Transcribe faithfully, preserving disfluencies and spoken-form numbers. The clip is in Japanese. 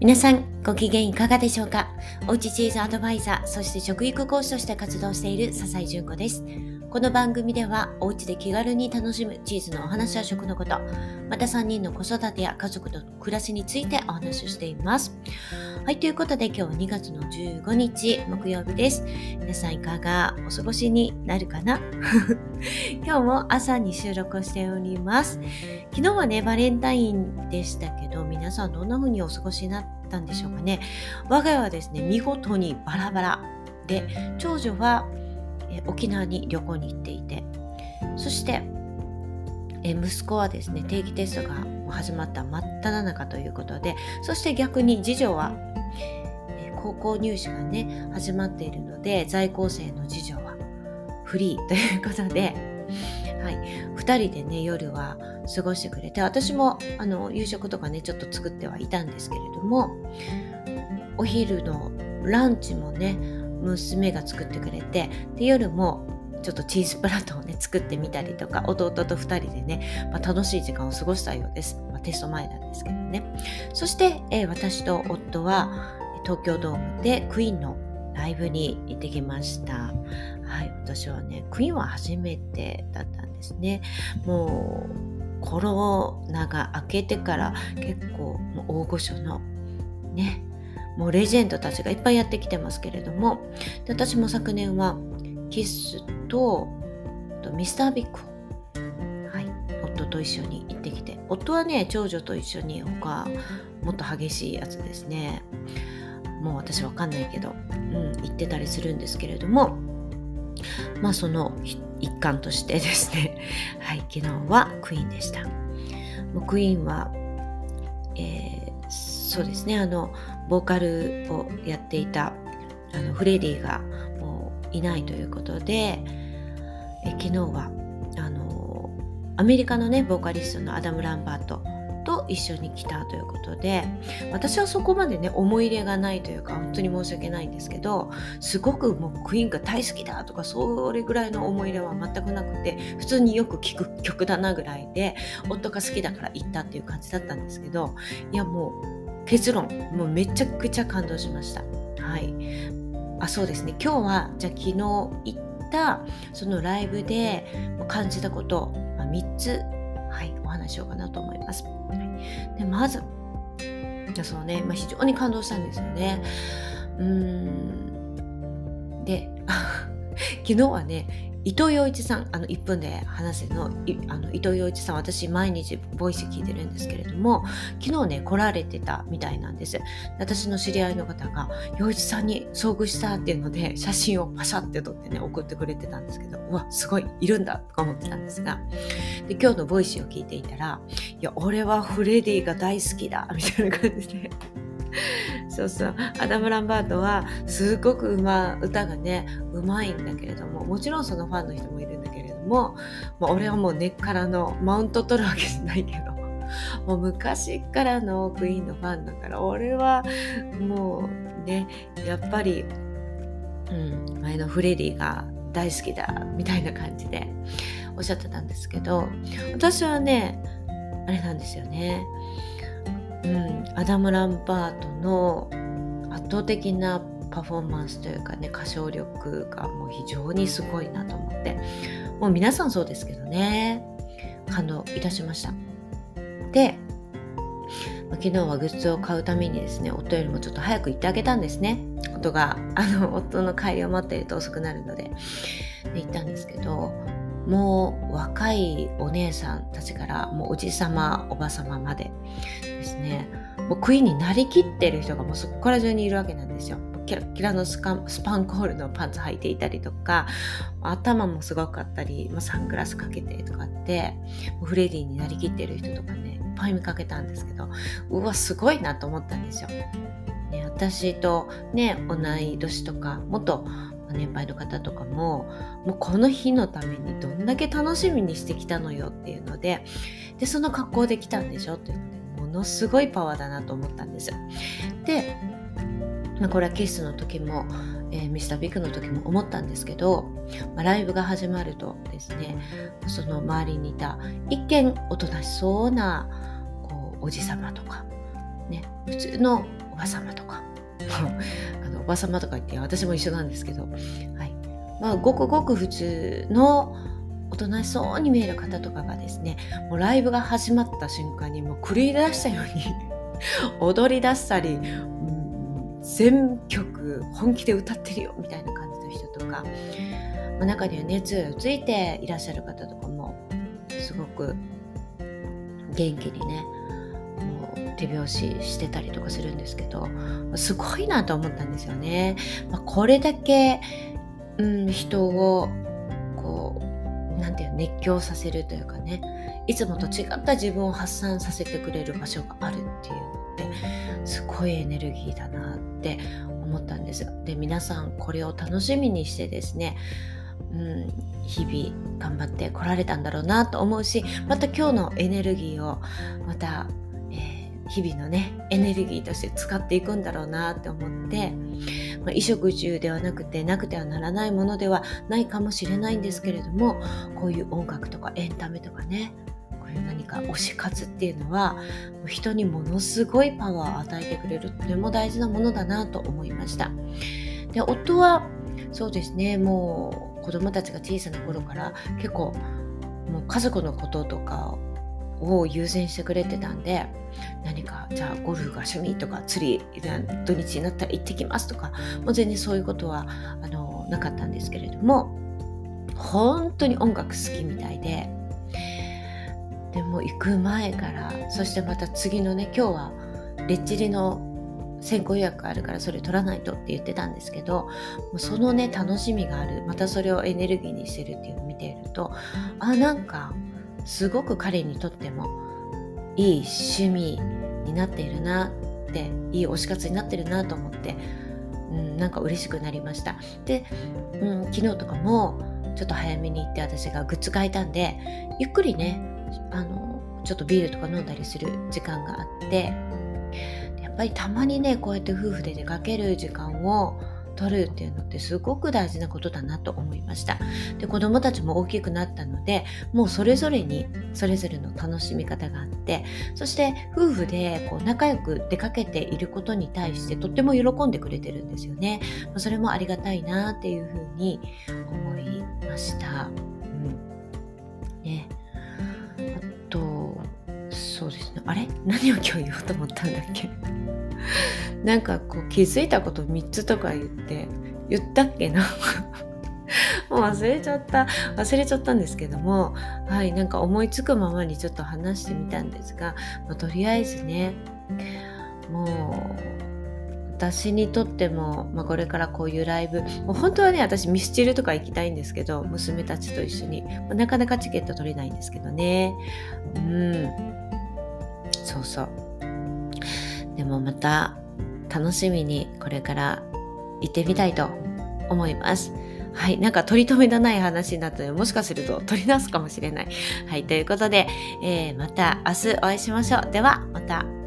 皆さんご機嫌いかがでしょうか。おうちチーズアドバイザー、そして食育講師として活動している笹井純子です。この番組ではおうちで気軽に楽しむチーズのお話や食のこと、またさんにんの子育てや家族と暮らしについてお話をしています。はい、ということで今日はにがつのじゅうごにち木曜日です。皆さんいかがお過ごしになるかな今日も朝に収録をしております。昨日はねバレンタインでしたけど、皆さんどんな風にお過ごしになったんでしょうかね。我が家はですね見事にバラバラで、長女はえ沖縄に旅行に行っていて、そしてえ息子はですね定期テストが始まった真っ只中ということで、そして逆に次女はえ高校入試がね始まっているので、在校生の次女はフリーということで、はい、ふたりでね夜は過ごしてくれて、私もあの夕食とかねちょっと作ってはいたんですけれども、お昼のランチもね娘が作ってくれて、で夜もちょっとチーズプラトをね作ってみたりとか、弟とふたりでね、まあ、楽しい時間を過ごしたようです。まあ、テスト前なんですけどね。そして、えー、私と夫は東京ドームでクイーンのライブに行ってきました。はい、私はねクイーンは初めてだったんですね。もうコロナが明けてから結構もう大御所のねもうレジェンドたちがいっぱいやってきてますけれども、で私も昨年はキスとミスタービッグを、はい、夫と一緒に行ってきて、夫はね長女と一緒に他もっと激しいやつですね、もう私わかんないけど、うん、行ってたりするんですけれども、まあその一環としてですねはい、昨日はクイーンでした。もうクイーンは、えー、そうですねあのボーカルをやっていたあのフレディがもういないということで、え昨日はあのアメリカのねボーカリストのアダム・ランバートと一緒に来たということで、私はそこまでね思い入れがないというか本当に申し訳ないんですけど、すごくもうクイーンが大好きだとかそれぐらいの思い入れは全くなくて、普通によく聴く曲だなぐらいで、夫が好きだから行ったっていう感じだったんですけど、いやもう結論もうめちゃくちゃ感動しました。はい、あそうですね今日はじゃあ昨日行ったそのライブで感じたことをみっつ、はい、お話しようかなと思います。でまずそうね、まあ、非常に感動したんですよね。うーんで昨日はね伊藤洋一さん、あのいっぷんで話せのあの伊藤洋一さん、私毎日ボイス聞いてるんですけれども、昨日ね来られてたみたいなんです。私の知り合いの方が洋一さんに遭遇したっていうので写真をパシャって撮ってね送ってくれてたんですけど、うわすごいいるんだとか思ってたんですが、で今日のボイスを聞いていたら、いや俺はフレディが大好きだみたいな感じでそうそうアダム・ランバートはすごく馬歌がねうまいんだけれども、もちろんそのファンの人もいるんだけれども、まあ、俺はもう根っからのマウント取るわけじゃないけど、もう昔からのクイーンのファンだから、俺はもうねやっぱり、うん、前のフレディが大好きだみたいな感じでおっしゃってたんですけど、私はねあれなんですよね、うん、アダム・ランバートの圧倒的なパフォーマンスというかね歌唱力がもう非常にすごいなと思って、もう皆さんそうですけどね感動いたしました。で昨日はグッズを買うためにですね夫よりもちょっと早く行ってあげたんですね。夫があの夫の帰りを待っていると遅くなるので、で行ったんですけど、もう若いお姉さんたちからもうおじさまおばさままでですね、もうクイーンになりきってる人がもうそこから中にいるわけなんですよ。キラキラのスカスパンコールのパンツ履いていたりとか、頭もすごかったり、サングラスかけてとかって、フレディになりきってる人とかねいっぱい見かけたんですけど、うわすごいなと思ったんですよ、ね、私とね同い年とかもっと年配の方とかももうこの日のためにどんだけ楽しみにしてきたのよっていうので、でその格好で来たんでしょっていうので、ものすごいパワーだなと思ったんです。で、まあ、これはキスの時も、えー、ミスタービッグの時も思ったんですけど、まあ、ライブが始まるとですね、その周りにいた一見おとなしそうなこうおじさまとかね、普通のおばさまとかあのおばさまとか言って私も一緒なんですけど、はい、まあ、ごくごく普通のおとなしそうに見える方とかがですね、もうライブが始まった瞬間にもう狂い出したように踊り出したり、うん、全曲本気で歌ってるよみたいな感じの人とか、まあ、中には熱をついていらっしゃる方とかもすごく元気にね、もう手拍子してたりとかするんですけど、すごいなと思ったんですよね。まあ、これだけ、うん、人をこうなんていう熱狂させるというかね、いつもと違った自分を発散させてくれる場所があるっていうのってすごいエネルギーだなって思ったんです。で、皆さんこれを楽しみにしてですね、うん、日々頑張ってこられたんだろうなと思うし、また今日のエネルギーをまた、えー、日々のねエネルギーとして使っていくんだろうなって思って、まあ、衣食住ではなくてなくてはならないものではないかもしれないんですけれども、こういう音楽とかエンタメとかね、こういう何か推し活っていうのは人にものすごいパワーを与えてくれるとても大事なものだなと思いました。で、夫はそうですね、もう子供たちが小さな頃から結構もう家族のこととかを優先してくれてたんで、何かじゃあゴルフが趣味とか釣り土日になったら行ってきますとか、もう全然そういうことはあのなかったんですけれども、本当に音楽好きみたいで、でも行く前から、そしてまた次のね、今日はレッチリの先行予約あるからそれ取らないとって言ってたんですけど、もうそのね楽しみがある、またそれをエネルギーにしてるっていうのを見ていると、あ、なんかすごく彼にとってもいい趣味になっているなって、いい推し活になってるなと思って、うん、なんか嬉しくなりました。で、うん、昨日とかもちょっと早めに行って私がグッズ買えたんで、ゆっくりねあのちょっとビールとか飲んだりする時間があって、やっぱりたまにねこうやって夫婦で出かける時間を取るっていうのってすごく大事なことだなと思いました。で、子供たちも大きくなったので、もうそれぞれにそれぞれの楽しみ方があって、そして夫婦でこう仲良く出かけていることに対してとっても喜んでくれてるんですよね。それもありがたいなっていうふうに思いました。うんね、あとそうですね、あれ何を今日言おうと思ったんだっけなんかこう気づいたことみっつとか言って言ったっけなもう忘れちゃった忘れちゃったんですけども、はい、なんか思いつくままにちょっと話してみたんですが、まあ、とりあえずね、もう私にとっても、まあ、これからこういうライブ、もう本当はね私ミスチルとか行きたいんですけど、娘たちと一緒に、まあ、なかなかチケット取れないんですけどね、うんそうそう、でもまた楽しみにこれから行ってみたいと思います。はい、なんか取り留めのない話になったので、もしかすると取り直すかもしれない。はい、ということで、えー、また明日お会いしましょう。ではまた。